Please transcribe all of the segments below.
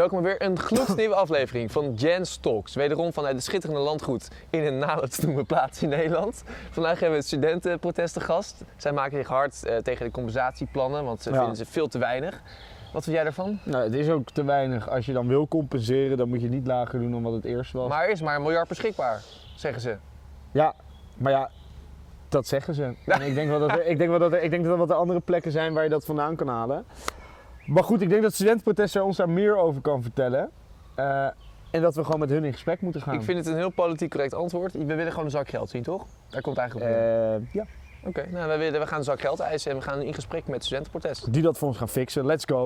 welkom bij weer een gloednieuwe aflevering van Jens Talks. Wederom vanuit het schitterende landgoed in een nader te noemen plaats in Nederland. Vandaag hebben we het studentenprotest te gast. Zij maken zich hard tegen de compensatieplannen, want ze vinden ze veel te weinig. Wat vind jij daarvan? Nou, het is ook te weinig. Als je dan wil compenseren, dan moet je het niet lager doen dan wat het eerst was. Maar er is maar $1 miljard beschikbaar, zeggen ze. Ja, maar ja, dat zeggen ze. En ik denk dat er wat andere plekken zijn waar je dat vandaan kan halen. Maar goed, ik denk dat studentenprotest ons daar meer over kan vertellen. En dat we gewoon met hun in gesprek moeten gaan. Ik vind het een heel politiek correct antwoord. We willen gewoon een zak geld zien, toch? Daar komt het eigenlijk op. Ja. Oké, nou, we gaan een zak geld eisen en we gaan in gesprek met studentenprotest. Die dat voor ons gaan fixen. Let's go.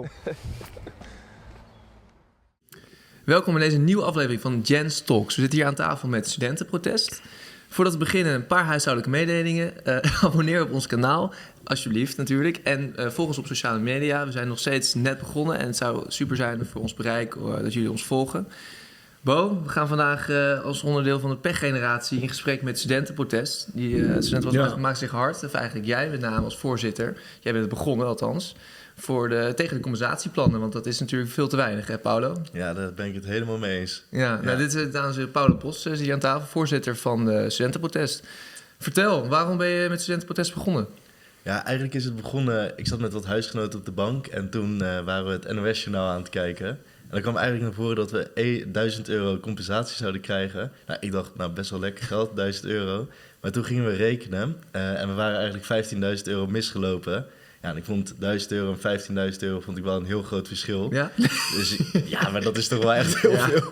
Welkom in deze nieuwe aflevering van Jens Talks. We zitten hier aan tafel met studentenprotest. Voordat we beginnen, een paar huishoudelijke mededelingen. Abonneer op ons kanaal, alsjeblieft natuurlijk. En volg ons op sociale media. We zijn nog steeds net begonnen en het zou super zijn voor ons bereik dat jullie ons volgen. Bo, we gaan vandaag als onderdeel van de pechgeneratie in gesprek met studentenprotest. Studenten maakt zich hard, of eigenlijk jij met name als voorzitter. Jij bent het begonnen althans. Tegen de compensatieplannen, want dat is natuurlijk veel te weinig, hè Paulo? Ja, daar ben ik het helemaal mee eens. Ja. Nou, dit is dames en heren Paulo Post, zit hier aan tafel, voorzitter van de studentenprotest. Vertel, waarom ben je met studentenprotest begonnen? Ja, eigenlijk is het begonnen, ik zat met wat huisgenoten op de bank en toen waren we het NOS-journaal aan het kijken. En dan kwam eigenlijk naar voren dat we €1.000 compensatie zouden krijgen. Nou, ik dacht, nou best wel lekker geld, €1.000. Maar toen gingen we rekenen en we waren eigenlijk €15.000 misgelopen. Ja, en ik vond €1.000 en €15.000 vond ik wel een heel groot verschil. Ja? Dus ja, maar dat is toch wel echt heel veel.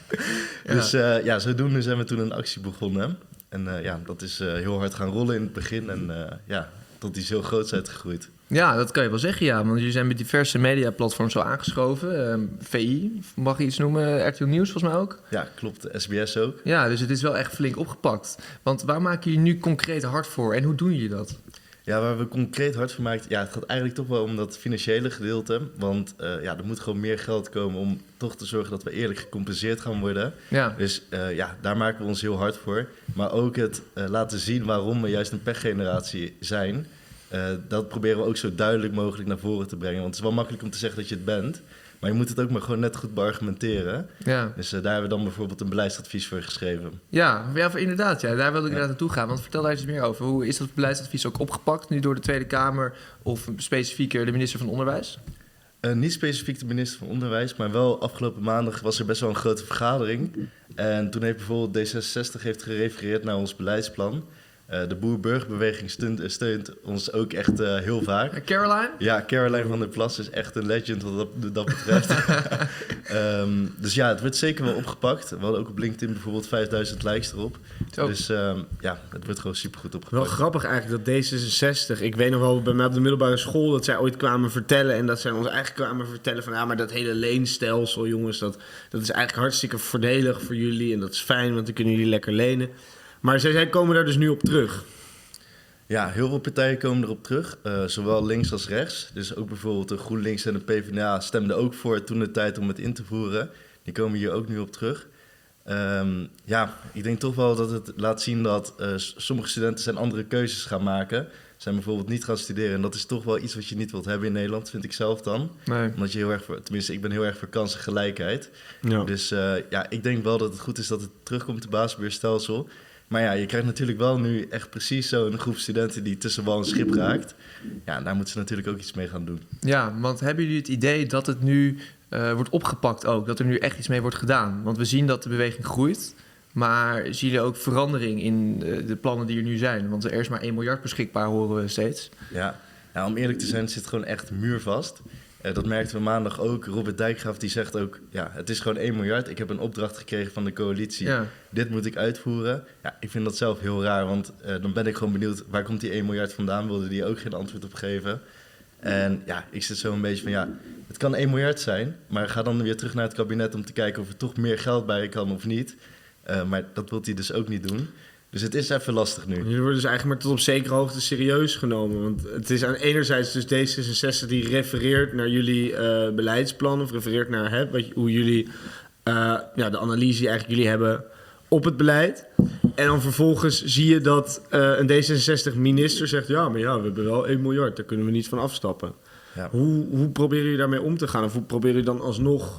Dus zodoende zijn we toen een actie begonnen. En dat is heel hard gaan rollen in het begin. En tot iets heel groots uitgegroeid. Ja, dat kan je wel zeggen, ja. Want jullie zijn met diverse mediaplatforms zo aangeschoven. VI, mag je iets noemen? RTL Nieuws volgens mij ook? Ja, klopt. SBS ook. Ja, dus het is wel echt flink opgepakt. Want waar maken jullie nu concreet hard voor? En hoe doen jullie dat? Ja, waar we concreet hard voor maken, het gaat eigenlijk toch wel om dat financiële gedeelte. Want er moet gewoon meer geld komen om toch te zorgen dat we eerlijk gecompenseerd gaan worden. Ja. Dus daar maken we ons heel hard voor. Maar ook het laten zien waarom we juist een pechgeneratie zijn. Dat proberen we ook zo duidelijk mogelijk naar voren te brengen. Want het is wel makkelijk om te zeggen dat je het bent. Maar je moet het ook maar gewoon net goed beargumenteren. Ja. Dus daar hebben we dan bijvoorbeeld een beleidsadvies voor geschreven. Ja, inderdaad. Ja. Daar wilde ik inderdaad naartoe gaan. Want vertel daar eens meer over. Hoe is dat beleidsadvies ook opgepakt? Nu door de Tweede Kamer of specifieker de minister van Onderwijs? Niet specifiek de minister van Onderwijs, maar wel afgelopen maandag was er best wel een grote vergadering. En toen heeft bijvoorbeeld D66 gerefereerd naar ons beleidsplan. De Boer-Burgerbeweging steunt ons ook echt heel vaak. Caroline? Ja, Caroline van der Plas is echt een legend wat dat betreft. Dus ja, het wordt zeker wel opgepakt. We hadden ook op LinkedIn bijvoorbeeld 5000 likes erop. Zo. Dus het wordt gewoon supergoed opgepakt. Wel grappig eigenlijk dat D66, ik weet nog wel bij mij op de middelbare school dat zij ooit kwamen vertellen en dat zij ons eigenlijk kwamen vertellen van maar dat hele leenstelsel jongens, dat is eigenlijk hartstikke voordelig voor jullie en dat is fijn, want dan kunnen jullie lekker lenen. Maar zij komen daar dus nu op terug. Ja, heel veel partijen komen erop terug, zowel links als rechts. Dus ook bijvoorbeeld de GroenLinks en de PvdA stemden ook voor toen de tijd om het in te voeren. Die komen hier ook nu op terug. Ik denk toch wel dat het laat zien dat sommige studenten zijn andere keuzes gaan maken. Zijn bijvoorbeeld niet gaan studeren. En dat is toch wel iets wat je niet wilt hebben in Nederland, vind ik zelf dan. Nee. Omdat je ik ben heel erg voor kansengelijkheid. Ja. Dus ik denk wel dat het goed is dat het terugkomt, het basisbeursstelsel. Maar ja, je krijgt natuurlijk wel nu echt precies zo'n groep studenten die tussen wal en schip raakt. Ja, daar moeten ze natuurlijk ook iets mee gaan doen. Ja, want hebben jullie het idee dat het nu wordt opgepakt ook? Dat er nu echt iets mee wordt gedaan? Want we zien dat de beweging groeit. Maar zien jullie ook verandering in de plannen die er nu zijn? Want er is maar 1 miljard beschikbaar, horen we steeds. Ja, om eerlijk te zijn, het zit gewoon echt muurvast. Dat merkten we maandag ook. Robert Dijkgraaf die zegt ook, het is gewoon 1 miljard. Ik heb een opdracht gekregen van de coalitie. Ja. Dit moet ik uitvoeren. Ja, ik vind dat zelf heel raar, want dan ben ik gewoon benieuwd, waar komt die 1 miljard vandaan? Wilde die ook geen antwoord op geven. En ik zit zo een beetje van, het kan 1 miljard zijn, maar ga dan weer terug naar het kabinet om te kijken of er toch meer geld bij kan of niet. Maar dat wil hij dus ook niet doen. Dus het is even lastig nu. Jullie worden dus eigenlijk maar tot op zekere hoogte serieus genomen. Want het is aan enerzijds dus D66 die refereert naar jullie beleidsplan. Of refereert naar hoe jullie de analyse die eigenlijk jullie hebben op het beleid. En dan vervolgens zie je dat een D66-minister zegt, we hebben wel 1 miljard, daar kunnen we niet van afstappen. Ja. Hoe proberen jullie daarmee om te gaan? Of hoe proberen jullie dan alsnog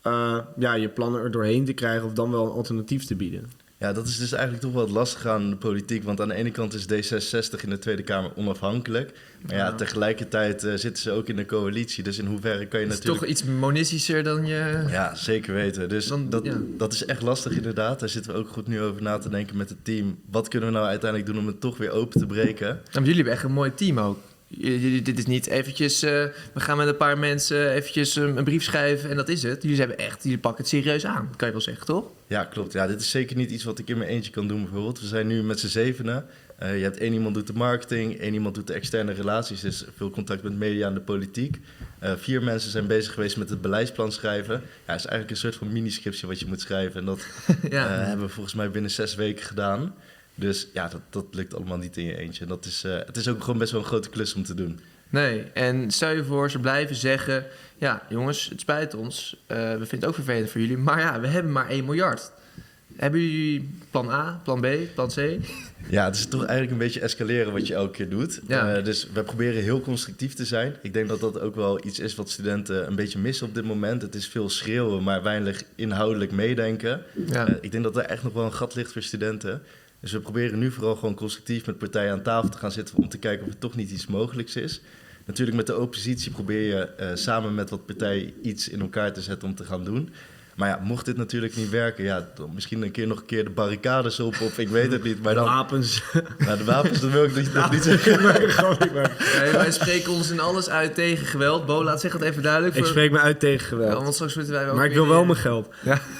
je plannen er doorheen te krijgen of dan wel een alternatief te bieden. Ja, dat is dus eigenlijk toch wel het lastige aan de politiek. Want aan de ene kant is D66 in de Tweede Kamer onafhankelijk. Maar ja, tegelijkertijd zitten ze ook in de coalitie. Dus in hoeverre kan je Het is natuurlijk... toch iets monistischer dan je... Ja, zeker weten. Dus Dan- dat is echt lastig inderdaad. Daar zitten we ook goed nu over na te denken met het team. Wat kunnen we nou uiteindelijk doen om het toch weer open te breken? Ja, maar jullie hebben echt een mooi team ook. Dit is niet eventjes... we gaan met een paar mensen eventjes een brief schrijven en dat is het. Jullie pakken het serieus aan, kan je wel zeggen, toch? Ja, klopt. Ja, dit is zeker niet iets wat ik in mijn eentje kan doen bijvoorbeeld. We zijn nu met z'n zevenen. Je hebt 1 iemand doet de marketing, 1 iemand doet de externe relaties, dus veel contact met media en de politiek. 4 mensen zijn bezig geweest met het beleidsplan schrijven. Ja, het is eigenlijk een soort van mini-scriptje wat je moet schrijven. En dat hebben we volgens mij binnen 6 weken gedaan. Dus ja, dat lukt allemaal niet in je eentje. En het is ook gewoon best wel een grote klus om te doen. Nee, en stel je voor, ze blijven zeggen... Ja, jongens, het spijt ons. We vinden het ook vervelend voor jullie. Maar ja, we hebben maar 1 miljard. Hebben jullie plan A, plan B, plan C? Ja, het is toch eigenlijk een beetje escaleren wat je elke keer doet. Ja. Dus we proberen heel constructief te zijn. Ik denk dat dat ook wel iets is wat studenten een beetje missen op dit moment. Het is veel schreeuwen, maar weinig inhoudelijk meedenken. Ja. Ik denk dat er echt nog wel een gat ligt voor studenten. Dus we proberen nu vooral gewoon constructief met partijen aan tafel te gaan zitten... om te kijken of er toch niet iets mogelijks is. Natuurlijk met de oppositie probeer je samen met wat partijen iets in elkaar te zetten om te gaan doen... Maar ja, mocht dit natuurlijk niet werken, ja, dan misschien nog een keer de barricades op of ik weet het niet. Maar dan, Wapens. Nou, de wapens, dat wil ik nog niet zeggen. Nee, wij spreken ons in alles uit tegen geweld. Bo, laat zeg het even duidelijk. Ik spreek me uit tegen geweld. Ja, want straks moeten wij ook Maar ik weer- wil wel mijn geld.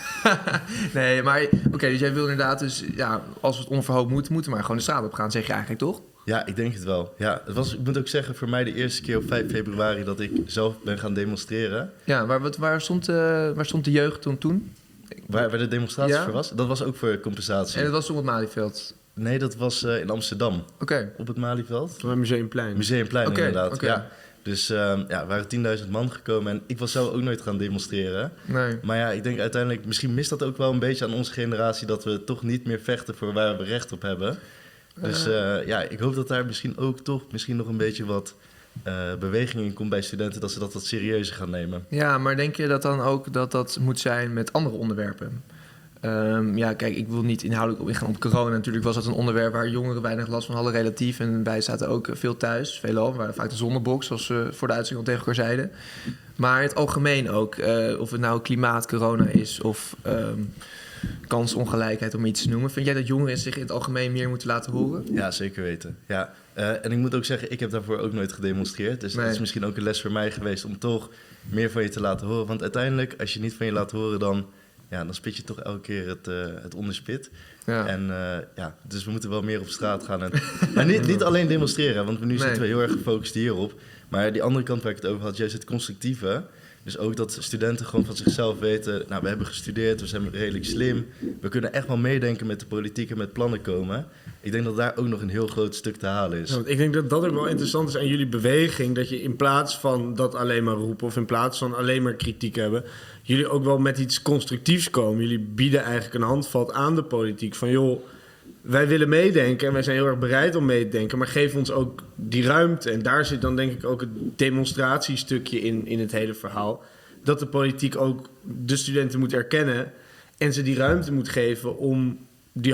Nee, maar oké, dus jij wil inderdaad dus... Ja, als het onverhoopt moet, moeten we maar gewoon de straat op gaan, zeg je eigenlijk, toch? Ja, ik denk het wel. Ja, ik moet ook zeggen, voor mij de eerste keer op 5 februari dat ik zelf ben gaan demonstreren. Ja, waar stond de jeugd toen? Waar de demonstratie Ja? voor was, dat was ook voor compensatie. En dat was toen op het Malieveld. Nee, dat was in Amsterdam, Oké. op het Malieveld. Van het Museumplein. Museumplein Oké, inderdaad, oké. ja. Dus er waren 10.000 man gekomen en ik was zelf ook nooit gaan demonstreren. Nee. Maar ja, ik denk uiteindelijk, misschien mist dat ook wel een beetje aan onze generatie... dat we toch niet meer vechten voor waar we recht op hebben. Dus ik hoop dat daar misschien ook toch nog een beetje wat beweging in komt bij studenten... dat ze dat wat serieuzer gaan nemen. Ja, maar denk je dat dan ook dat moet zijn met andere onderwerpen? Ja, kijk, ik wil niet inhoudelijk op ingaan op corona. Natuurlijk was dat een onderwerp waar jongeren weinig last van hadden relatief. En wij zaten ook veel thuis, veelal. We waren vaak de zonnebox, zoals we voor de uitzending al tegen elkaar zeiden. Maar in het algemeen ook, of het nou klimaat, corona is of kansongelijkheid om iets te noemen. Vind jij dat jongeren zich in het algemeen meer moeten laten horen? Ja, zeker weten. Ja. En ik moet ook zeggen, ik heb daarvoor ook nooit gedemonstreerd. Dus Nee. dat is misschien ook een les voor mij geweest om toch meer van je te laten horen. Want uiteindelijk, als je niet van je laat horen, dan spit je toch elke keer het onderspit. Ja. En dus we moeten wel meer op straat gaan. Maar niet alleen demonstreren, want nu zitten we heel erg gefocust hierop. Maar die andere kant waar ik het over had, juist het constructieve. Dus ook dat studenten gewoon van zichzelf weten... nou, we hebben gestudeerd, we zijn redelijk slim. We kunnen echt wel meedenken met de politiek en met plannen komen. Ik denk dat daar ook nog een heel groot stuk te halen is. Ja, want ik denk dat dat ook wel interessant is aan jullie beweging. Dat je in plaats van dat alleen maar roepen... of in plaats van alleen maar kritiek hebben... jullie ook wel met iets constructiefs komen. Jullie bieden eigenlijk een handvat aan de politiek. Van joh, wij willen meedenken en wij zijn heel erg bereid om mee te denken... maar geef ons ook die ruimte. En daar zit dan denk ik ook het demonstratiestukje in het hele verhaal. Dat de politiek ook de studenten moet erkennen... en ze die ruimte moet geven om die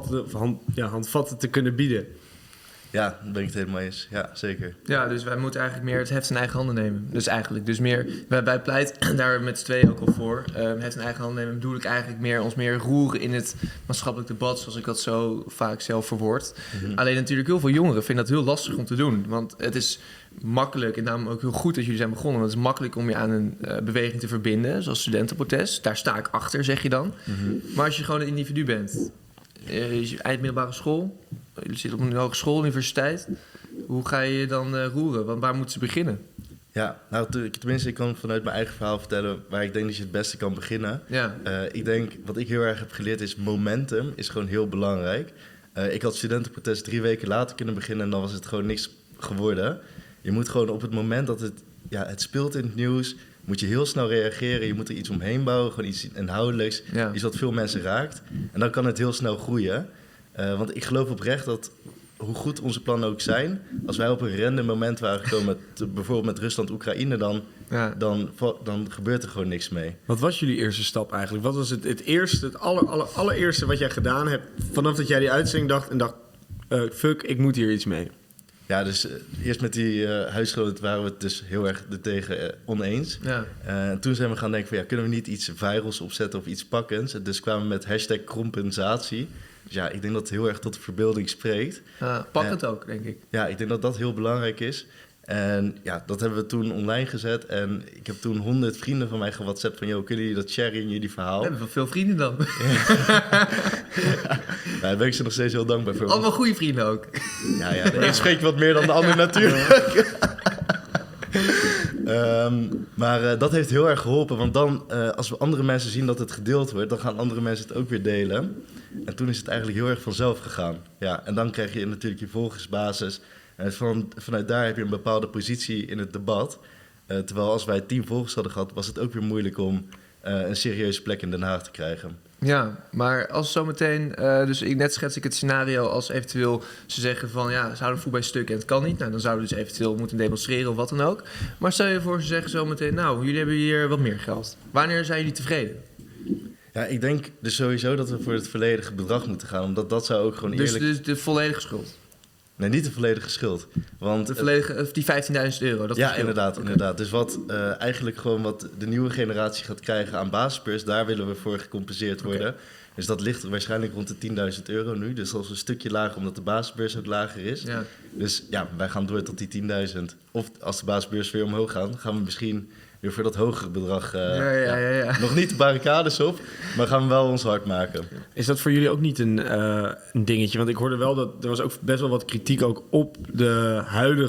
handvatten te kunnen bieden. Ja, daar ben ik het helemaal eens. Ja, zeker. Ja, dus wij moeten eigenlijk meer het heft in eigen handen nemen. Dus meer, wij pleiten daar met z'n tweeën ook al voor. Het heft in eigen handen nemen bedoel ik eigenlijk ons meer roeren in het maatschappelijk debat, zoals ik dat zo vaak zelf verwoord. Mhm. Alleen natuurlijk heel veel jongeren vinden dat heel lastig om te doen. Want het is makkelijk, en daarom ook heel goed dat jullie zijn begonnen, want het is makkelijk om je aan een beweging te verbinden, zoals studentenprotest. Daar sta ik achter, zeg je dan. Mhm. Maar als je gewoon een individu bent, eindmiddelbare school, je zit op een hogeschool, universiteit, hoe ga je je dan roeren? Want waar moeten ze beginnen? Ja, nou tenminste, ik kan vanuit mijn eigen verhaal vertellen waar ik denk dat je het beste kan beginnen. Ja. Ik denk, wat ik heel erg heb geleerd is momentum is gewoon heel belangrijk. Ik had studentenprotest 3 weken later kunnen beginnen en dan was het gewoon niks geworden. Je moet gewoon op het moment dat het speelt in het nieuws, moet je heel snel reageren. Je moet er iets omheen bouwen, gewoon iets inhoudelijks, Ja. iets wat veel mensen raakt. En dan kan het heel snel groeien. Want ik geloof oprecht dat hoe goed onze plannen ook zijn, als wij op een random moment waren gekomen, bijvoorbeeld met Rusland-Oekraïne, dan gebeurt er gewoon niks mee. Wat was jullie eerste stap eigenlijk? Wat was het eerste, het allereerste wat jij gedaan hebt vanaf dat jij die uitzending dacht, fuck, ik moet hier iets mee? Ja, dus eerst met die huisgenoten waren we het dus heel erg ertegen oneens. Ja. En toen zijn we gaan denken van, kunnen we niet iets virals opzetten of iets pakkends? Dus kwamen we met #compensatie. Dus ja, ik denk dat het heel erg tot de verbeelding spreekt. Pakkend ook, denk ik. Ja, ik denk dat dat heel belangrijk is. En ja, dat hebben we toen online gezet. En ik heb toen 100 vrienden van mij gewhatsappt van, kunnen jullie dat sharen in jullie verhaal? We hebben wel veel vrienden dan. Daar ben ik ze nog steeds heel dankbaar voor. Allemaal goede vrienden ook. Ja, de een spreekt wat meer dan de ander natuurlijk. Maar dat heeft heel erg geholpen. Want dan, als we andere mensen zien dat het gedeeld wordt, dan gaan andere mensen het ook weer delen. En toen is het eigenlijk heel erg vanzelf gegaan. Ja, en dan krijg je natuurlijk je volgersbasis. En vanuit daar heb je een bepaalde positie in het debat. Terwijl als wij 10 volgers hadden gehad, was het ook weer moeilijk om een serieuze plek in Den Haag te krijgen. Ja, maar als zometeen, dus net schets ik het scenario als eventueel ze zeggen van ja, ze houden voet bij stuk en het kan niet. Nou, dan zouden we dus eventueel moeten demonstreren of wat dan ook. Maar stel je voor, ze zeggen zometeen, nou, jullie hebben hier wat meer geld. Wanneer zijn jullie tevreden? Ja, ik denk dus sowieso dat we voor het volledige bedrag moeten gaan. Omdat dat zou ook gewoon eerlijk... Dus de volledige schuld? Nee, niet de volledige schuld. Want de volledige, die €15.000. Dat ja, inderdaad. Dus wat eigenlijk gewoon wat de nieuwe generatie gaat krijgen aan basisbeurs, daar willen we voor gecompenseerd worden. Dus dat ligt waarschijnlijk rond de €10.000 nu. Dus dat is een stukje lager, omdat de basisbeurs ook lager is. Ja. Dus ja, wij gaan door tot die 10.000. Of als de basisbeurs weer omhoog gaan we misschien weer voor dat hogere bedrag nog niet de barricades op, maar gaan we wel ons hard maken. Is dat voor jullie ook niet een dingetje? Want ik hoorde wel dat er was ook best wel wat kritiek ook op de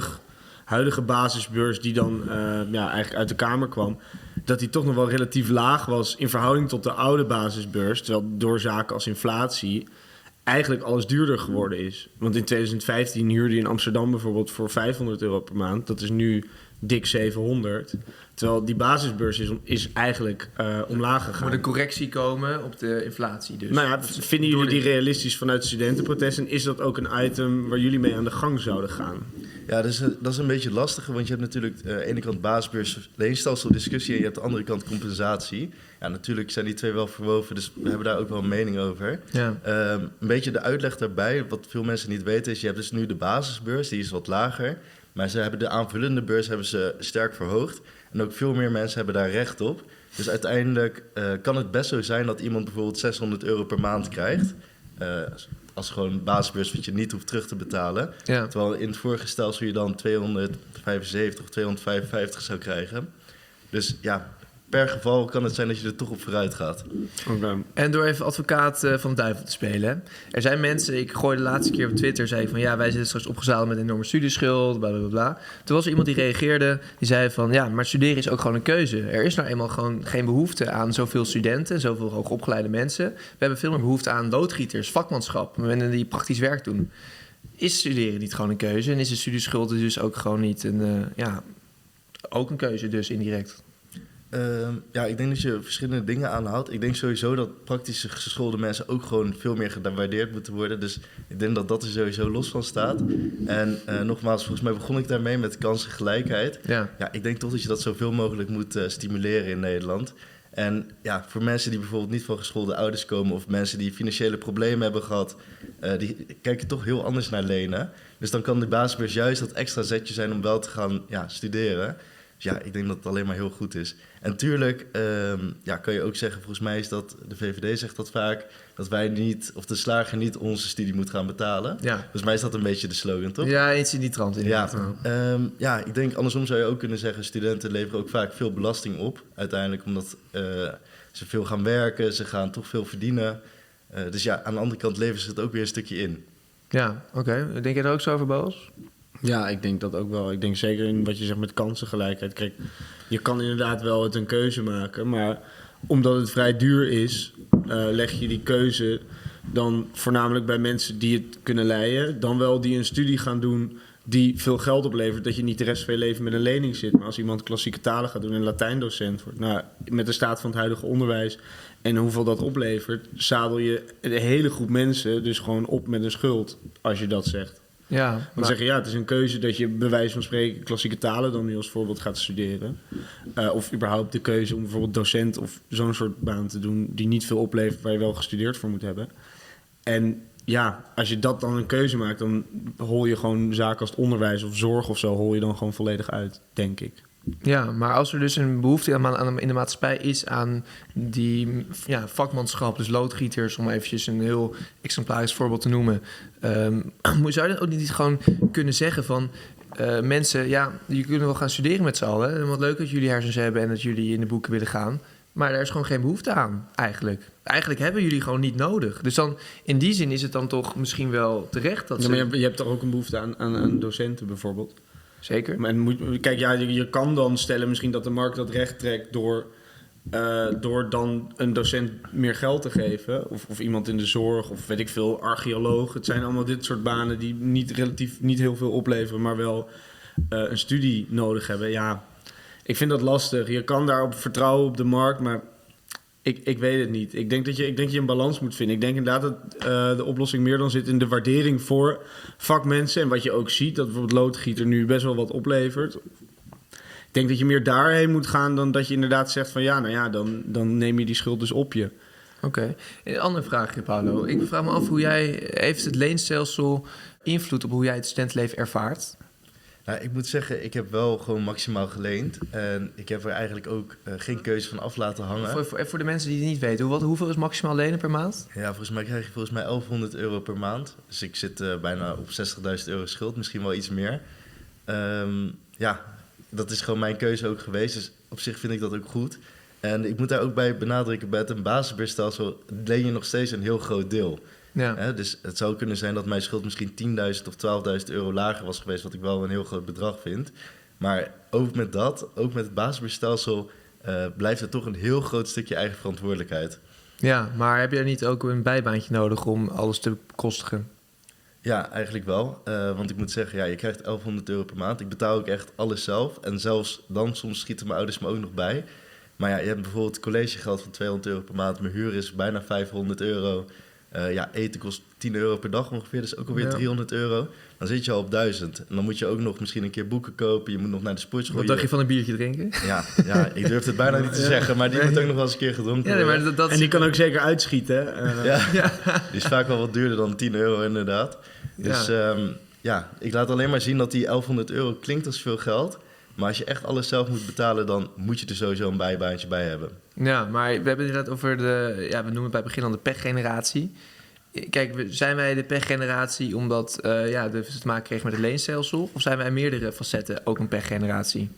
huidige basisbeurs die dan eigenlijk uit de Kamer kwam. Dat die toch nog wel relatief laag was in verhouding tot de oude basisbeurs. Terwijl door zaken als inflatie eigenlijk alles duurder geworden is. Want in 2015 huurde je in Amsterdam bijvoorbeeld voor €500 per maand. Dat is nu dik 700. Terwijl die basisbeurs is eigenlijk omlaag gegaan. Er moet een correctie komen op de inflatie dus. Nou ja, vinden jullie die realistisch vanuit het studentenprotest? En is dat ook een item waar jullie mee aan de gang zouden gaan? Ja, dat is een beetje lastiger, want je hebt natuurlijk aan de ene kant basisbeurs, leenstelsel discussie en je hebt aan de andere kant compensatie. Ja, natuurlijk zijn die twee wel verwoven, dus we hebben daar ook wel een mening over. Ja. Een beetje de uitleg daarbij, wat veel mensen niet weten, is je hebt dus nu de basisbeurs, die is wat lager. Maar ze hebben de aanvullende beurs sterk verhoogd. En ook veel meer mensen hebben daar recht op. Dus uiteindelijk kan het best zo zijn dat iemand bijvoorbeeld €600 per maand krijgt. Als gewoon basisbeurs wat je niet hoeft terug te betalen. Ja. Terwijl in het vorige stelsel je dan 275 of 255 zou krijgen. Dus ja, per geval kan het zijn dat je er toch op vooruit gaat. Okay. En door even advocaat van de duivel te spelen. Hè. Er zijn mensen, ik gooide de laatste keer op Twitter, zei van ja, wij zitten straks opgezadeld met een enorme studieschuld, bla bla bla. Toen was er iemand die reageerde, die zei van ja, maar studeren is ook gewoon een keuze. Er is nou eenmaal gewoon geen behoefte aan zoveel studenten, zoveel hoogopgeleide mensen. We hebben veel meer behoefte aan loodgieters, vakmanschap, mensen die praktisch werk doen. Is studeren niet gewoon een keuze? En is de studieschuld dus ook gewoon niet ook een keuze dus indirect? Ik denk dat je verschillende dingen aanhaalt. Ik denk sowieso dat praktisch geschoolde mensen ook gewoon veel meer gewaardeerd moeten worden. Dus ik denk dat dat er sowieso los van staat. En nogmaals, volgens mij begon ik daarmee met kansengelijkheid. Ja. Ja, ik denk toch dat je dat zoveel mogelijk moet stimuleren in Nederland. En ja, voor mensen die bijvoorbeeld niet van geschoolde ouders komen of mensen die financiële problemen hebben gehad, die kijken toch heel anders naar lenen. Dus dan kan de basisbeurs juist dat extra zetje zijn om wel te gaan studeren. Dus ja, ik denk dat het alleen maar heel goed is. En tuurlijk kan je ook zeggen, volgens mij is dat, de VVD zegt dat vaak, dat wij niet, of de slager niet onze studie moet gaan betalen. Ja. Volgens mij is dat een beetje de slogan, toch? Ja, iets in die trant inderdaad. Ja, ik denk andersom zou je ook kunnen zeggen, studenten leveren ook vaak veel belasting op. Uiteindelijk omdat ze veel gaan werken, ze gaan toch veel verdienen. Dus ja, aan de andere kant leveren ze het ook weer een stukje in. Ja, oké. Denk je er ook zo over, Boos? Ja, ik denk dat ook wel. Ik denk zeker in wat je zegt met kansengelijkheid. Kijk, je kan inderdaad wel het een keuze maken, maar omdat het vrij duur is, leg je die keuze dan voornamelijk bij mensen die het kunnen leiden, dan wel die een studie gaan doen die veel geld oplevert, dat je niet de rest van je leven met een lening zit. Maar als iemand klassieke talen gaat doen en Latijndocent wordt, met de staat van het huidige onderwijs en hoeveel dat oplevert, zadel je een hele groep mensen dus gewoon op met een schuld, als je dat zegt. Ja, Want zeggen, het is een keuze dat je bij wijze van spreken klassieke talen dan nu als voorbeeld gaat studeren. Of überhaupt de keuze om bijvoorbeeld docent of zo'n soort baan te doen die niet veel oplevert, waar je wel gestudeerd voor moet hebben. En ja, als je dat dan een keuze maakt, dan hol je gewoon zaken als het onderwijs of zorg of zo, hol je dan gewoon volledig uit, denk ik. Ja, maar als er dus een behoefte in de maatschappij is aan die vakmanschap, dus loodgieters, om eventjes een heel exemplarisch voorbeeld te noemen, zou je dan ook niet gewoon kunnen zeggen van mensen, jullie kunnen wel gaan studeren met z'n allen, wat leuk dat jullie hersens hebben en dat jullie in de boeken willen gaan, maar daar is gewoon geen behoefte aan, eigenlijk. Eigenlijk hebben jullie gewoon niet nodig. Dus dan, in die zin is het dan toch misschien wel terecht dat maar je hebt toch ook een behoefte aan docenten bijvoorbeeld? Zeker. Maar je kan dan stellen misschien dat de markt dat recht trekt door dan een docent meer geld te geven. Of iemand in de zorg, of weet ik veel, archeoloog. Het zijn allemaal dit soort banen die niet heel veel opleveren, maar wel een studie nodig hebben. Ja, ik vind dat lastig. Je kan daarop vertrouwen op de markt, maar ik weet het niet. Ik denk dat je een balans moet vinden. Ik denk inderdaad dat de oplossing meer dan zit in de waardering voor vakmensen. En wat je ook ziet, dat bijvoorbeeld loodgieter nu best wel wat oplevert. Ik denk dat je meer daarheen moet gaan dan dat je inderdaad zegt van dan neem je die schuld dus op je. Oké. Een andere vraagje, Paolo. Ik vraag me af heeft het leenstelsel invloed op hoe jij het studentenleven ervaart? Nou, ik moet zeggen, ik heb wel gewoon maximaal geleend. En ik heb er eigenlijk ook geen keuze van af laten hangen. Voor de mensen die het niet weten, hoeveel is maximaal lenen per maand? Ja, volgens mij krijg je €1100 per maand. Dus ik zit bijna op €60.000 schuld, misschien wel iets meer. Dat is gewoon mijn keuze ook geweest. Dus op zich vind ik dat ook goed. En ik moet daar ook bij benadrukken, bij het basisbeheerstelsel leen je nog steeds een heel groot deel. Ja. Dus het zou kunnen zijn dat mijn schuld misschien €10.000 of €12.000 lager was geweest, wat ik wel een heel groot bedrag vind. Maar ook met het basisbeheerstelsel, blijft er toch een heel groot stukje eigen verantwoordelijkheid. Ja, maar heb je er niet ook een bijbaantje nodig om alles te bekostigen? Ja, eigenlijk wel. Want ik moet zeggen, je krijgt €1100 per maand. Ik betaal ook echt alles zelf. En zelfs dan soms schieten mijn ouders me ook nog bij. Maar je hebt bijvoorbeeld collegegeld van €200 per maand. Mijn huur is bijna €500. Eten kost €10 per dag ongeveer, dus ook alweer €300. Dan zit je al op 1000. En dan moet je ook nog misschien een keer boeken kopen. Je moet nog naar de sportschool. Wat dacht je van een biertje drinken? Ja, ik durf het bijna niet te zeggen, maar die moet ook nog wel eens een keer gedronken worden. Ja, maar en die kan ook zeker uitschieten. Die is vaak wel wat duurder dan €10 inderdaad. Dus ik laat alleen maar zien dat die €1100 klinkt als veel geld. Maar als je echt alles zelf moet betalen, dan moet je er sowieso een bijbaantje bij hebben. Ja, maar we hebben het inderdaad over we noemen het bij het begin dan de pechgeneratie. Kijk, zijn wij de pechgeneratie omdat we te maken kregen met het leenstelsel? Of zijn wij meerdere facetten ook een pechgeneratie?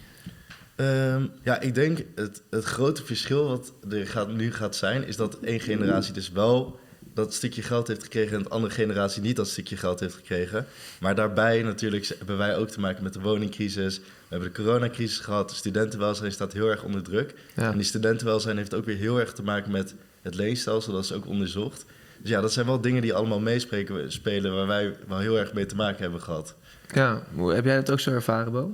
Ik denk het grote verschil wat er nu gaat zijn, is dat één generatie dus wel dat stukje geld heeft gekregen en de andere generatie niet dat stukje geld heeft gekregen. Maar daarbij natuurlijk hebben wij ook te maken met de woningcrisis. We hebben de coronacrisis gehad. De studentenwelzijn staat heel erg onder druk. Ja. En die studentenwelzijn heeft ook weer heel erg te maken met het leenstelsel. Dat is ook onderzocht. Dus dat zijn wel dingen die allemaal meespelen waar wij wel heel erg mee te maken hebben gehad. Ja, heb jij dat ook zo ervaren, Bo?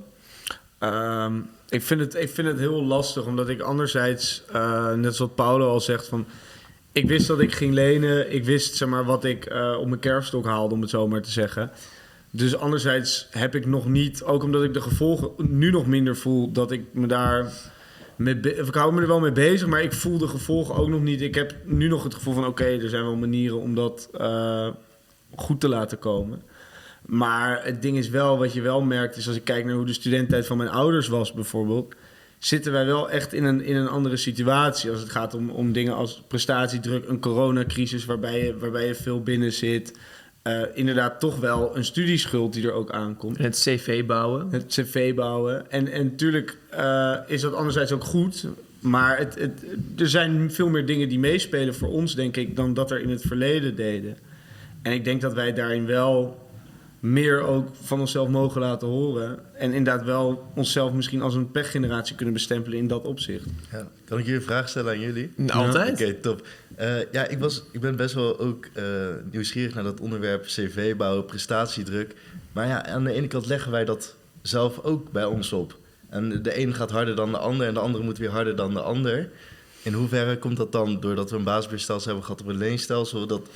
Ik vind het heel lastig, omdat ik anderzijds, net zoals Paulo al zegt, van ik wist dat ik ging lenen. Ik wist wat ik op mijn kerfstok haalde, om het zo maar te zeggen. Dus anderzijds heb ik nog niet, ook omdat ik de gevolgen nu nog minder voel, dat ik me daar ik hou me er wel mee bezig, maar ik voel de gevolgen ook nog niet. Ik heb nu nog het gevoel van oké, er zijn wel manieren om dat goed te laten komen. Maar het ding is wel, wat je wel merkt, is als ik kijk naar hoe de studententijd van mijn ouders was bijvoorbeeld, zitten wij wel echt in een andere situatie. Als het gaat om dingen als prestatiedruk, een coronacrisis waarbij je veel binnen zit. Inderdaad toch wel een studieschuld die er ook aankomt. En het cv bouwen. Het cv bouwen. En natuurlijk is dat anderzijds ook goed. Maar er zijn veel meer dingen die meespelen voor ons, denk ik, dan dat er in het verleden deden. En ik denk dat wij daarin wel meer ook van onszelf mogen laten horen. En inderdaad wel onszelf misschien als een pechgeneratie kunnen bestempelen in dat opzicht. Ja, kan ik hier een vraag stellen aan jullie? Altijd. Oké, top. Ik ben best wel ook nieuwsgierig naar dat onderwerp cv bouwen, prestatiedruk. Maar aan de ene kant leggen wij dat zelf ook bij ons op. En de een gaat harder dan de ander en de andere moet weer harder dan de ander. In hoeverre komt dat dan doordat we een basisbeheerstelsel hebben gehad op een leenstelsel, dat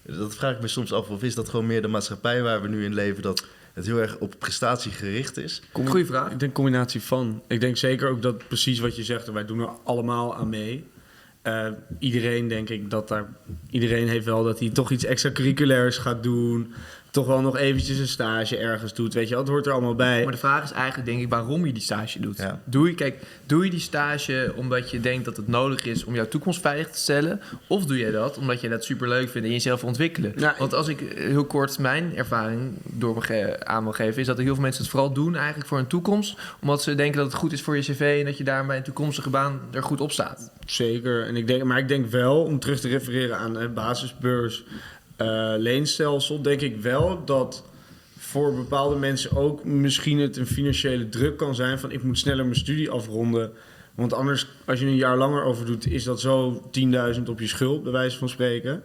Dat vraag ik me soms af. Of is dat gewoon meer de maatschappij waar we nu in leven, dat het heel erg op prestatie gericht is? Goeie vraag. Ik denk een combinatie van. Ik denk zeker ook dat precies wat je zegt, wij doen er allemaal aan mee. Iedereen denk ik iedereen heeft wel dat hij toch iets extracurriculairs gaat doen. Toch wel nog eventjes een stage ergens doet. Weet je, dat hoort er allemaal bij. Maar de vraag is eigenlijk, denk ik, waarom je die stage doet. Ja. Doe je die stage omdat je denkt dat het nodig is om jouw toekomst veilig te stellen? Of doe je dat omdat je dat superleuk vindt en jezelf ontwikkelen? Nou, Want als ik heel kort mijn ervaring aan wil geven, is dat er heel veel mensen het vooral doen eigenlijk voor hun toekomst. Omdat ze denken dat het goed is voor je cv en dat je daar bij een toekomstige baan er goed op staat. Zeker. En ik denk wel, om terug te refereren aan basisbeurs, leenstelsel, denk ik wel dat voor bepaalde mensen ook misschien het een financiële druk kan zijn van ik moet sneller mijn studie afronden. Want anders, als je een jaar langer over doet, is dat zo 10.000 op je schuld, bij wijze van spreken.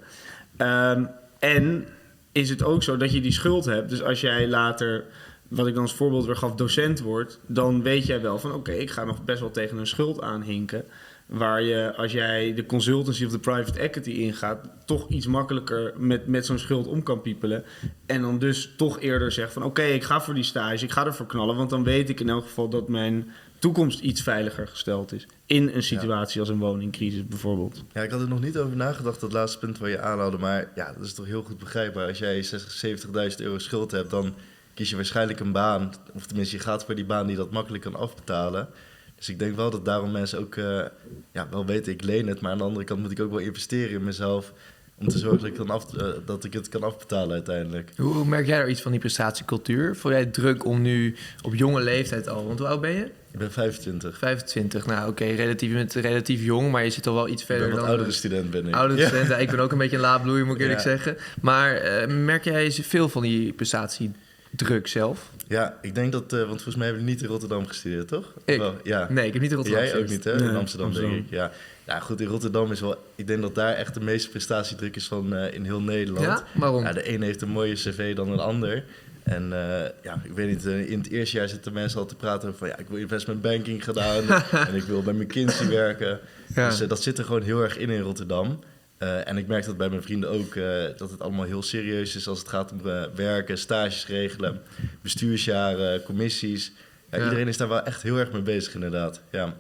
En is het ook zo dat je die schuld hebt. Dus als jij later, wat ik dan als voorbeeld weer gaf, docent wordt, dan weet jij wel van oké, ik ga nog best wel tegen een schuld aanhinken. Waar je, als jij de consultancy of de private equity ingaat, toch iets makkelijker met zo'n schuld om kan piepelen. En dan dus toch eerder zegt van oké, ik ga voor die stage, ik ga ervoor knallen. Want dan weet ik in elk geval dat mijn toekomst iets veiliger gesteld is. In een situatie als een woningcrisis bijvoorbeeld. Ja, ik had er nog niet over nagedacht, dat laatste punt waar je aanhaalde. Maar ja, dat is toch heel goed begrijpbaar. Als jij 60.000 euro schuld hebt, dan kies je waarschijnlijk een baan. Of tenminste, je gaat voor die baan die dat makkelijk kan afbetalen. Dus ik denk wel dat daarom mensen ook wel weten, ik leen het. Maar aan de andere kant moet ik ook wel investeren in mezelf om te zorgen dat ik het kan afbetalen uiteindelijk. Hoe merk jij er iets van die prestatiecultuur? Voel jij het druk om nu op jonge leeftijd al? Want hoe oud ben je? Ik ben 25. 25. Nou oké, relatief jong, maar je zit al wel iets verder Ik ben dan... een oudere student ben ik. Oudere student, ja, ik ben ook een beetje een laadbloeier, moet ik eerlijk zeggen. Maar merk jij veel van die prestatiedruk zelf? Ja, ik denk dat, want volgens mij hebben we niet in Rotterdam gestudeerd, toch? Ik? Wel, ja. Nee, ik heb niet in Rotterdam Jij ook gestudeerd. niet, hè? Nee, In Amsterdam, denk ik. Ja. Ja, goed, in Rotterdam is wel... Ik denk dat daar echt de meeste prestatiedruk is van in heel Nederland. Ja? Waarom? Ja, de een heeft een mooie cv dan een ander. En ik weet niet, in het eerste jaar zitten mensen al te praten over van... Ja, ik wil investment banking gedaan en ik wil bij McKinsey werken. Ja. Dus dat zit er gewoon heel erg in Rotterdam. En ik merk dat bij mijn vrienden ook, dat het allemaal heel serieus is als het gaat om werken, stages regelen, bestuursjaren, commissies. Ja, Ja. Iedereen is daar wel echt heel erg mee bezig inderdaad. Ja.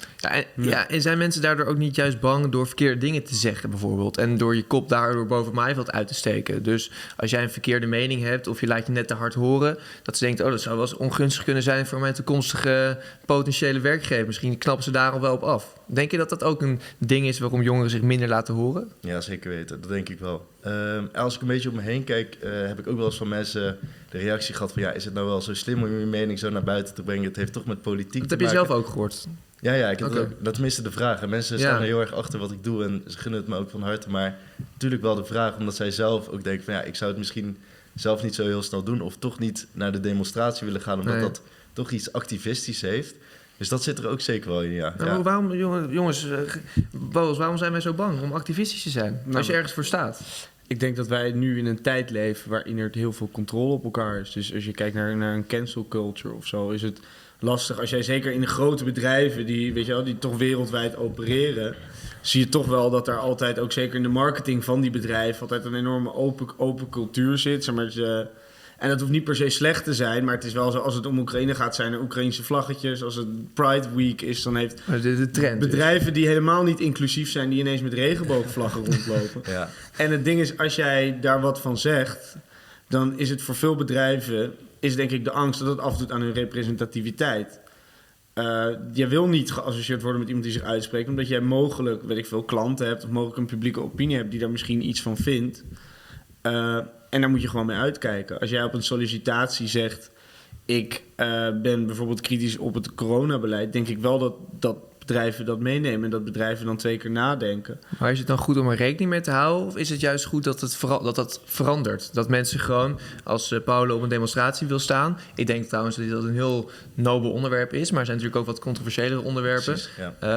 En zijn mensen daardoor ook niet juist bang door verkeerde dingen te zeggen bijvoorbeeld? En door je kop daardoor boven het maaiveld uit te steken? Dus als jij een verkeerde mening hebt of je laat je net te hard horen... dat ze denkt, dat zou wel eens ongunstig kunnen zijn voor mijn toekomstige potentiële werkgever. Misschien knappen ze daar al wel op af. Denk je dat dat ook een ding is waarom jongeren zich minder laten horen? Ja, zeker weten. Dat denk ik wel. Als ik een beetje om me heen kijk, heb ik ook wel eens van mensen de reactie gehad van... ja, is het nou wel zo slim om je mening zo naar buiten te brengen? Het heeft toch met politiek Dat te heb je maken. zelf ook gehoord. Ja, ik heb Oké. het ook, dat tenminste de vraag. En mensen staan er heel erg achter wat ik doe en ze gunnen het me ook van harte. Maar natuurlijk wel de vraag, omdat zij zelf ook denken van... ja, ik zou het misschien zelf niet zo heel snel doen... of toch niet naar de demonstratie willen gaan... omdat dat toch iets activistisch heeft. Dus dat zit er ook zeker wel in, ja. Maar waarom, jongens, Boos, waarom zijn wij zo bang om activistisch te zijn? Nou, als je ergens voor staat. Ik denk dat wij nu in een tijd leven waarin er heel veel controle op elkaar is. Dus als je kijkt naar een cancel culture of zo, is het lastig. Als jij zeker in de grote bedrijven die toch wereldwijd opereren, zie je toch wel dat daar altijd, ook zeker in de marketing van die bedrijven, altijd een enorme open cultuur zit. Zeg maar, en dat hoeft niet per se slecht te zijn, maar het is wel zo, als het om Oekraïne gaat, zijn er Oekraïnse vlaggetjes. Als het Pride Week is, dan heeft De trend. bedrijven die helemaal niet inclusief zijn, die ineens met regenboogvlaggen rondlopen. Ja. En het ding is, als jij daar wat van zegt, dan is het voor veel bedrijven, is denk ik de angst dat het afdoet aan hun representativiteit. Je wil niet geassocieerd worden met iemand die zich uitspreekt, omdat jij mogelijk, weet ik veel, klanten hebt of mogelijk een publieke opinie hebt die daar misschien iets van vindt. En daar moet je gewoon mee uitkijken. Als jij op een sollicitatie zegt, ik ben bijvoorbeeld kritisch op het coronabeleid, denk ik wel dat bedrijven dat meenemen en dat bedrijven dan 2 keer nadenken. Maar is het dan goed om er rekening mee te houden? Of is het juist goed dat dat verandert? Dat mensen gewoon, als Paulo op een demonstratie wil staan... Ik denk trouwens dat dat een heel nobel onderwerp is... maar er zijn natuurlijk ook wat controversiëlere onderwerpen. Precies,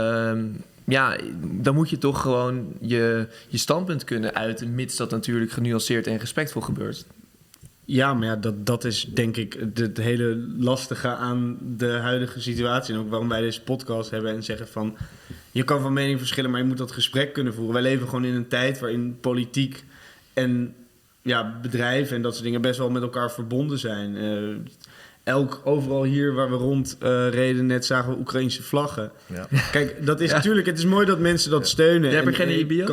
ja. Dan moet je toch gewoon je standpunt kunnen uiten... mits dat natuurlijk genuanceerd en respectvol gebeurt. Ja, maar dat is denk ik het hele lastige aan de huidige situatie. En ook waarom wij deze podcast hebben en zeggen van... je kan van mening verschillen, maar je moet dat gesprek kunnen voeren. Wij leven gewoon in een tijd waarin politiek en bedrijven en dat soort dingen best wel met elkaar verbonden zijn. Overal hier waar we rond reden, net zagen we Oekraïnse vlaggen. Ja. Kijk, dat is natuurlijk, het is mooi dat mensen dat steunen. Jij hebt er geen bio?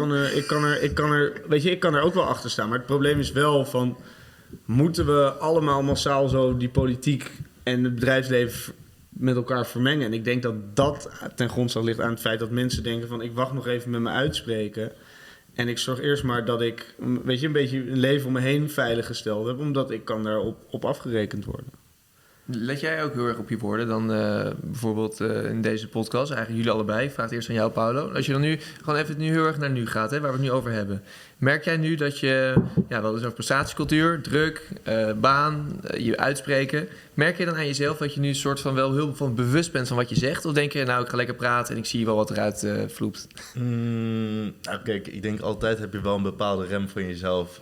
Ik kan er ook wel achter staan. Maar het probleem is wel van, moeten we allemaal massaal zo die politiek en het bedrijfsleven met elkaar vermengen? En ik denk dat dat ten grondslag ligt aan het feit dat mensen denken van, ik wacht nog even met me uitspreken. En ik zorg eerst maar dat ik een beetje een leven om me heen veiliggesteld heb, omdat ik kan daarop op afgerekend worden. Let jij ook heel erg op je woorden dan bijvoorbeeld in deze podcast? Eigenlijk jullie allebei. Ik vraag het eerst aan jou, Paulo. Als je dan nu gewoon even heel erg naar nu gaat, hè, waar we het nu over hebben. Merk jij nu dat je, wel dus over prestatiecultuur, druk, baan, je uitspreken. Merk je dan aan jezelf dat je nu een soort van wel heel van bewust bent van wat je zegt? Of denk je, nou, ik ga lekker praten en ik zie wel wat eruit vloept? Kijk, ik denk altijd heb je wel een bepaalde rem van jezelf.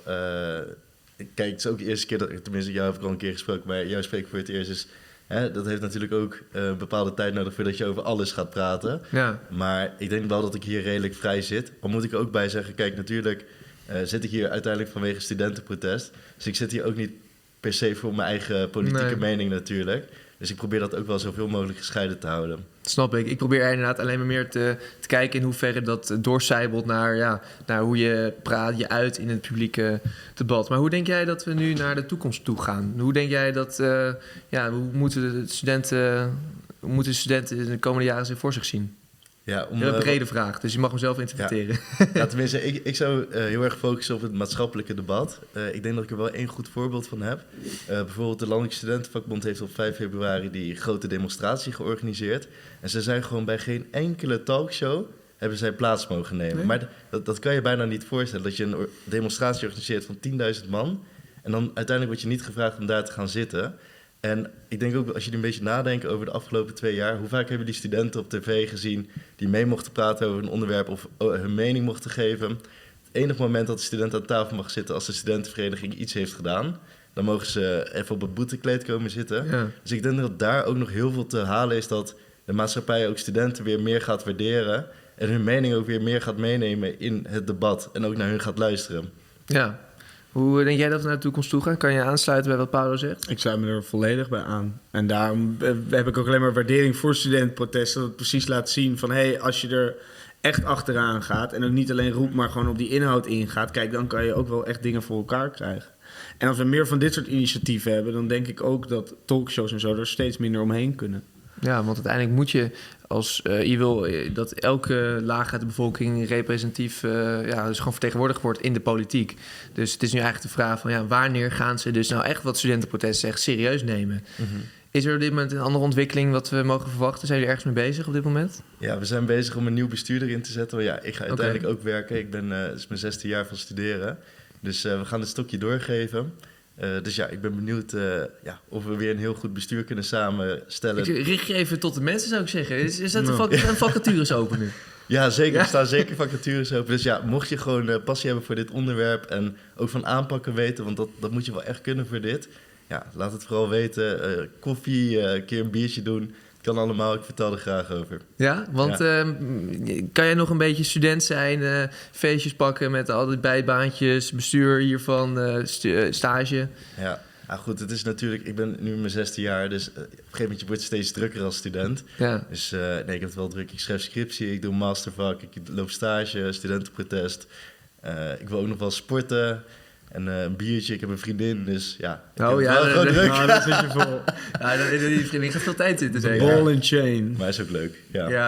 Kijk, het is ook de eerste keer tenminste, jou heb ik al een keer gesproken, maar jou spreek voor het eerst. Dus, dat heeft natuurlijk ook een bepaalde tijd nodig voordat je over alles gaat praten. Ja. Maar ik denk wel dat ik hier redelijk vrij zit. Al moet ik er ook bij zeggen, kijk, natuurlijk zit ik hier uiteindelijk vanwege studentenprotest. Dus ik zit hier ook niet per se voor mijn eigen politieke mening natuurlijk. Dus ik probeer dat ook wel zoveel mogelijk gescheiden te houden. Snap ik. Ik probeer inderdaad alleen maar meer te kijken in hoeverre dat doorcijbelt naar hoe je praat, je uit in het publieke debat. Maar hoe denk jij dat we nu naar de toekomst toe gaan? Hoe denk jij dat, hoe moeten de studenten in de komende jaren zich voor zich zien? Ja, een brede vraag, dus je mag hem zelf interpreteren. Ja, tenminste, ik zou heel erg focussen op het maatschappelijke debat. Ik denk dat ik er wel één goed voorbeeld van heb. Bijvoorbeeld de Landelijke Studentenvakbond heeft op 5 februari die grote demonstratie georganiseerd. En ze zijn gewoon bij geen enkele talkshow hebben zij plaats mogen nemen. Nee? Maar dat kan je bijna niet voorstellen, dat je een demonstratie organiseert van 10.000 man. En dan uiteindelijk word je niet gevraagd om daar te gaan zitten. En ik denk ook, als jullie een beetje nadenken over de afgelopen 2 jaar, hoe vaak hebben die studenten op tv gezien die mee mochten praten over een onderwerp of hun mening mochten geven. Het enige moment dat de student aan tafel mag zitten als de studentenvereniging iets heeft gedaan, dan mogen ze even op het boetekleed komen zitten. Ja. Dus ik denk dat daar ook nog heel veel te halen is, dat de maatschappij ook studenten weer meer gaat waarderen en hun mening ook weer meer gaat meenemen in het debat en ook naar hun gaat luisteren. Ja. Hoe denk jij dat we naar de toekomst toe gaan? Kan je aansluiten bij wat Paulo zegt? Ik sluit me er volledig bij aan. En daarom heb ik ook alleen maar waardering voor studentenprotesten. Dat het precies laat zien van, als je er echt achteraan gaat en ook niet alleen roept, maar gewoon op die inhoud ingaat, kijk, dan kan je ook wel echt dingen voor elkaar krijgen. En als we meer van dit soort initiatieven hebben, dan denk ik ook dat talkshows en zo er steeds minder omheen kunnen. Ja, want uiteindelijk moet je, als je wil dat elke laag uit de bevolking representatief dus gewoon vertegenwoordigd wordt in de politiek. Dus het is nu eigenlijk de vraag van, wanneer gaan ze dus nou echt wat studentenprotest zegt serieus nemen? Mm-hmm. Is er op dit moment een andere ontwikkeling wat we mogen verwachten? Zijn jullie ergens mee bezig op dit moment? Ja, we zijn bezig om een nieuw bestuur erin te zetten. Ik ga uiteindelijk ook werken. Het is mijn 6e jaar van studeren. Dus we gaan het stokje doorgeven. Dus ik ben benieuwd of we weer een heel goed bestuur kunnen samenstellen. Richt je even tot de mensen, zou ik zeggen. Is dat een vacatures open nu? Ja, zeker. Er staan zeker vacatures open. Dus mocht je gewoon passie hebben voor dit onderwerp en ook van aanpakken weten, want dat moet je wel echt kunnen voor dit. Ja, laat het vooral weten. Koffie, een keer een biertje doen. Kan allemaal, ik vertel er graag over. Ja, want kan jij nog een beetje student zijn, feestjes pakken met al die bijbaantjes, bestuur hiervan, stage? Ja, goed, het is natuurlijk, ik ben nu in mijn 6e jaar, dus op een gegeven moment wordt het steeds drukker als student. Ja. Dus ik heb het wel druk. Ik schrijf scriptie, ik doe een mastervak, ik loop stage, studentenprotest. Ik wil ook nog wel sporten. En een biertje, ik heb een vriendin, dus gewoon druk. Nou, dat zit je vol. Die vriendin gaat veel tijd zitten, zeker. Ball and chain. Maar is ook leuk.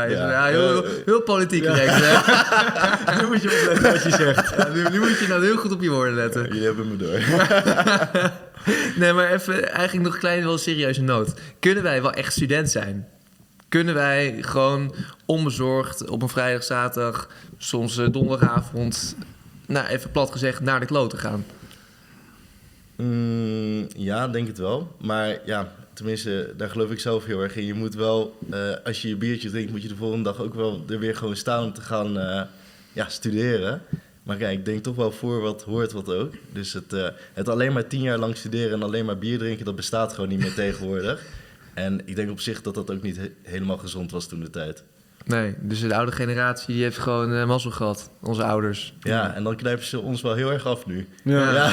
Heel politiek correct. Nu moet je opletten wat je zegt. Nu moet je nou heel goed op je woorden letten. Jullie hebben me door. Nee, maar even eigenlijk nog een kleine, wel serieuze noot. Kunnen wij wel echt student zijn? Kunnen wij gewoon onbezorgd op een vrijdag, zaterdag, soms donderdagavond, even plat gezegd, naar de kloten gaan? Ja, denk het wel. Maar tenminste, daar geloof ik zelf heel erg in. Je moet wel, als je je biertje drinkt, moet je de volgende dag ook wel er weer gewoon staan om te gaan studeren. Maar kijk, ik denk toch wel voor wat hoort wat ook. Dus het alleen maar 10 jaar lang studeren en alleen maar bier drinken, dat bestaat gewoon niet meer tegenwoordig. En ik denk op zich dat dat ook niet helemaal gezond was toen de tijd. Nee, dus de oude generatie die heeft gewoon mazzel gehad. Onze ouders. Ja, en dan knijpen ze ons wel heel erg af nu. Ja.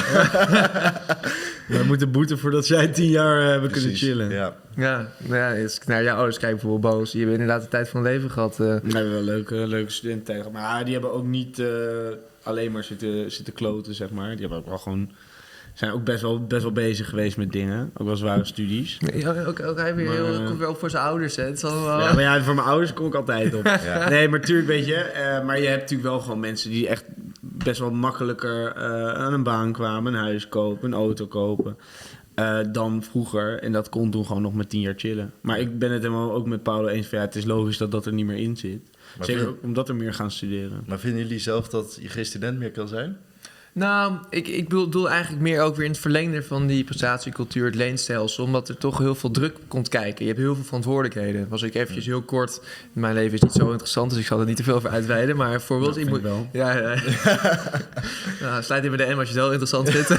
We moeten boeten voordat zij 10 jaar hebben kunnen Precies, chillen. Ja. Ja, nou ja, als ik naar jouw ouders kijk bijvoorbeeld, Boos. Die hebben inderdaad de tijd van hun leven gehad. We hebben wel leuke studenten tegen. Maar die hebben ook niet alleen maar zitten kloten, zeg maar. Die hebben ook wel gewoon... Zijn ook best wel bezig geweest met dingen. Ook wel zware studies. Ja, ook hij weer heel, komt weer op voor zijn ouders. Hè. Het is allemaal... Ja, maar ja, voor mijn ouders kom ik altijd op. Ja. Nee, maar tuurlijk, weet je. Maar je hebt natuurlijk wel gewoon mensen die echt best wel makkelijker aan een baan kwamen. Een huis kopen, een auto kopen. Dan vroeger. En dat kon toen gewoon nog met 10 jaar chillen. Maar ik ben het helemaal ook met Paulo eens van... Ja, het is logisch dat dat er niet meer in zit. Maar Zeker ook omdat er meer gaan studeren. Maar vinden jullie zelf dat je geen student meer kan zijn? Nou, ik bedoel eigenlijk meer ook weer in het verlengde van die prestatiecultuur, het leenstelsel, omdat er toch heel veel druk komt kijken. Je hebt heel veel verantwoordelijkheden. Was ik eventjes heel kort, mijn leven is niet zo interessant, dus ik zal er niet te veel over uitweiden, maar bijvoorbeeld... Nou, vind ik wel. Ja. Nou, sluit in bij de M als je het wel interessant vindt.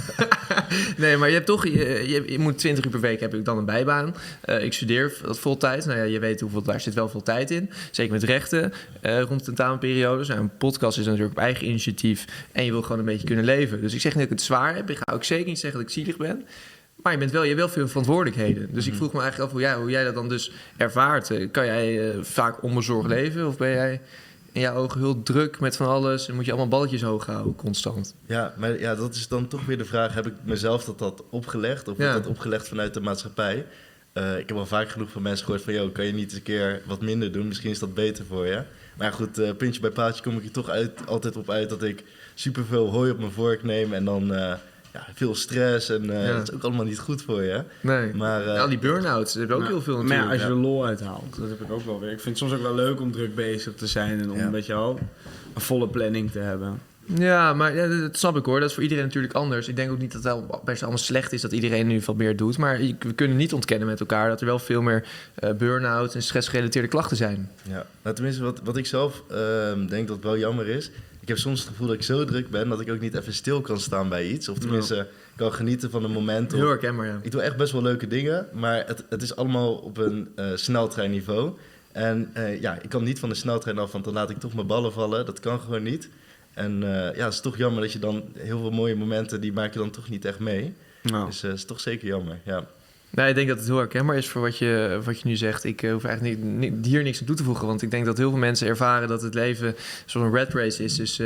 Nee, maar je hebt toch, je moet 20 uur per week heb ik dan een bijbaan. Ik studeer voltijds. Nou ja, je weet hoeveel, daar zit wel veel tijd in. Zeker met rechten rond de tentamenperiodes. Nou, een podcast is natuurlijk op eigen initiatief en je wil gewoon een beetje kunnen leven. Dus ik zeg niet dat ik het zwaar heb. Ik ga ook zeker niet zeggen dat ik zielig ben. Maar je hebt wel veel verantwoordelijkheden. Dus ik vroeg me eigenlijk af hoe jij dat dan dus ervaart. Kan jij vaak onbezorgd leven? Of ben jij in jouw ogen heel druk met van alles en moet je allemaal balletjes hoog houden constant? Ja, maar ja, dat is dan toch weer de vraag... heb ik mezelf dat opgelegd of wordt dat opgelegd vanuit de maatschappij? Ik heb al vaak genoeg van mensen gehoord van... Yo, kan je niet eens een keer wat minder doen? Misschien is dat beter voor je. Maar goed, puntje bij paaltje kom ik er toch altijd op uit... dat ik superveel hooi op mijn vork neem en dan... veel stress en dat is ook allemaal niet goed voor je. Nee, maar, al die burn-outs, dat heb je ook heel veel natuurlijk. Maar ja, als je de lol uithaalt, dat heb ik ook wel weer. Ik vind het soms ook wel leuk om druk bezig te zijn en om een beetje een volle planning te hebben. Ja, maar dat snap ik hoor. Dat is voor iedereen natuurlijk anders. Ik denk ook niet dat het per se allemaal slecht is dat iedereen nu veel meer doet. Maar we kunnen niet ontkennen met elkaar dat er wel veel meer burn-out en stressgerelateerde klachten zijn. Ja, nou, tenminste wat ik zelf denk dat wel jammer is. Ik heb soms het gevoel dat ik zo druk ben dat ik ook niet even stil kan staan bij iets. Of tenminste kan genieten van een moment. Heel herkenbaar, ja. Ik doe echt best wel leuke dingen, maar het is allemaal op een sneltreinniveau. En ik kan niet van de sneltrein af, want dan laat ik toch mijn ballen vallen. Dat kan gewoon niet. En het is toch jammer dat je dan heel veel mooie momenten, die maak je dan toch niet echt mee. Nou. Dus het is toch zeker jammer, ja. Nee, ik denk dat het heel herkenbaar is voor wat je nu zegt. Ik hoef eigenlijk hier niks aan toe te voegen. Want ik denk dat heel veel mensen ervaren dat het leven zo'n rat race is. Dus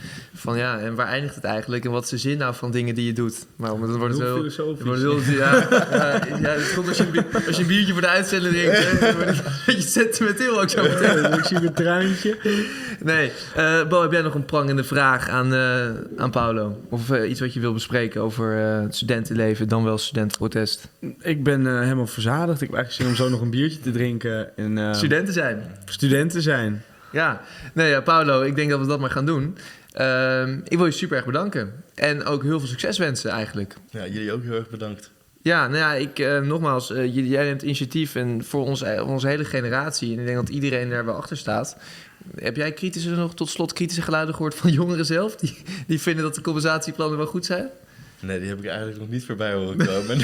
en waar eindigt het eigenlijk? En wat is de zin nou van dingen die je doet? Maar dan wordt het Heel wel filosofisch. het komt als je een biertje voor de uitzender drinkt. Hè, dan wordt het een beetje sentimenteel ook zo meteen. Ik zie mijn truintje. Nee, Bo, heb jij nog een prangende vraag aan Paulo? Of iets wat je wil bespreken over het studentenleven, dan wel studentenprotest? Ik ben helemaal verzadigd. Ik heb eigenlijk zin om zo nog een biertje te drinken. En, studenten zijn. Ja, Paulo, ik denk dat we dat maar gaan doen. Ik wil je super erg bedanken. En ook heel veel succes wensen eigenlijk. Ja, jullie ook heel erg bedankt. Ja, nogmaals, jij neemt initiatief en voor onze hele generatie. En ik denk dat iedereen daar wel achter staat. Heb jij tot slot kritische geluiden gehoord van jongeren zelf? Die vinden dat de compensatieplannen wel goed zijn? Nee, die heb ik eigenlijk nog niet voorbij horen komen.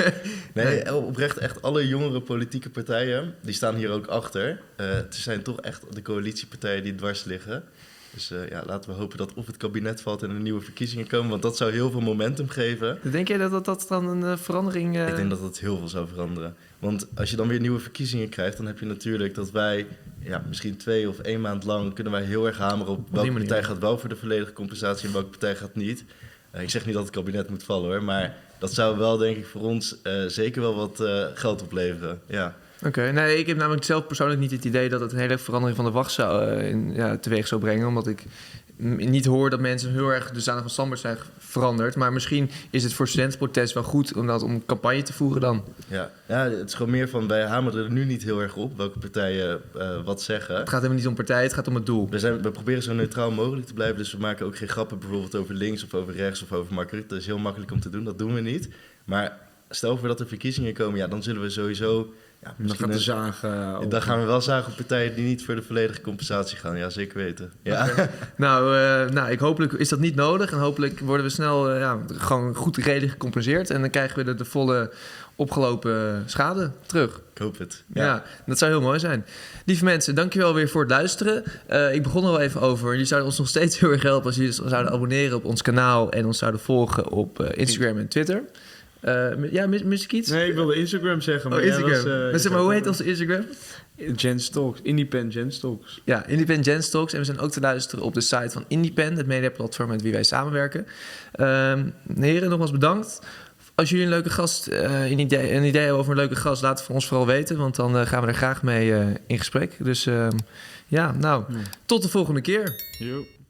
Nee, oprecht echt alle jongere politieke partijen, die staan hier ook achter. Het zijn toch echt de coalitiepartijen die dwars liggen. Dus laten we hopen dat of het kabinet valt en er nieuwe verkiezingen komen, want dat zou heel veel momentum geven. Denk jij dat dan een verandering... Ik denk dat dat heel veel zou veranderen. Want als je dan weer nieuwe verkiezingen krijgt, dan heb je natuurlijk dat wij... misschien 2 of 1 maand lang kunnen wij heel erg hameren op welke partij gaat wel voor de volledige compensatie en welke partij gaat niet. Ik zeg niet dat het kabinet moet vallen hoor, maar dat zou wel denk ik voor ons zeker wel wat geld opleveren. Ja. Oké, nee, ik heb namelijk zelf persoonlijk niet het idee dat het een hele verandering van de wacht teweeg zou brengen. Omdat ik niet hoor dat mensen heel erg dusdanig van standaard zijn veranderd. Maar misschien is het voor studentenprotest wel goed om campagne te voeren dan. Ja, het is gewoon meer van, wij hameren er nu niet heel erg op welke partijen wat zeggen. Het gaat helemaal niet om partijen, het gaat om het doel. We proberen zo neutraal mogelijk te blijven. Dus we maken ook geen grappen bijvoorbeeld over links of over rechts of over Mark Rutte. Dat is heel makkelijk om te doen, dat doen we niet. Maar stel voor dat er verkiezingen komen, ja, dan zullen we sowieso... Ja, Dan misschien gaat de zagen dan gaan we wel zagen op partijen die niet voor de volledige compensatie gaan. Ja, zeker weten. Ja. Nou, hopelijk is dat niet nodig. En hopelijk worden we snel gewoon goed redelijk gecompenseerd. En dan krijgen we de volle opgelopen schade terug. Ik hoop het. Ja, dat zou heel mooi zijn. Lieve mensen, dankjewel weer voor het luisteren. Ik begon er al even over. Jullie zouden ons nog steeds heel erg helpen als jullie zouden abonneren op ons kanaal en ons zouden volgen op Instagram en Twitter. Mis ik iets? Nee, ik wilde Instagram zeggen. Maar Instagram. Zeg maar, hoe heet onze Instagram? Jens Talks. Independent Jens Talks. Ja, Independent Jens Talks. En we zijn ook te luisteren op de site van Independent, het mediaplatform met wie wij samenwerken. Heren, nogmaals bedankt. Als jullie een leuke gast, een idee hebben over een leuke gast, laat het van ons vooral weten. Want dan gaan we er graag mee in gesprek. Dus tot de volgende keer. Jo.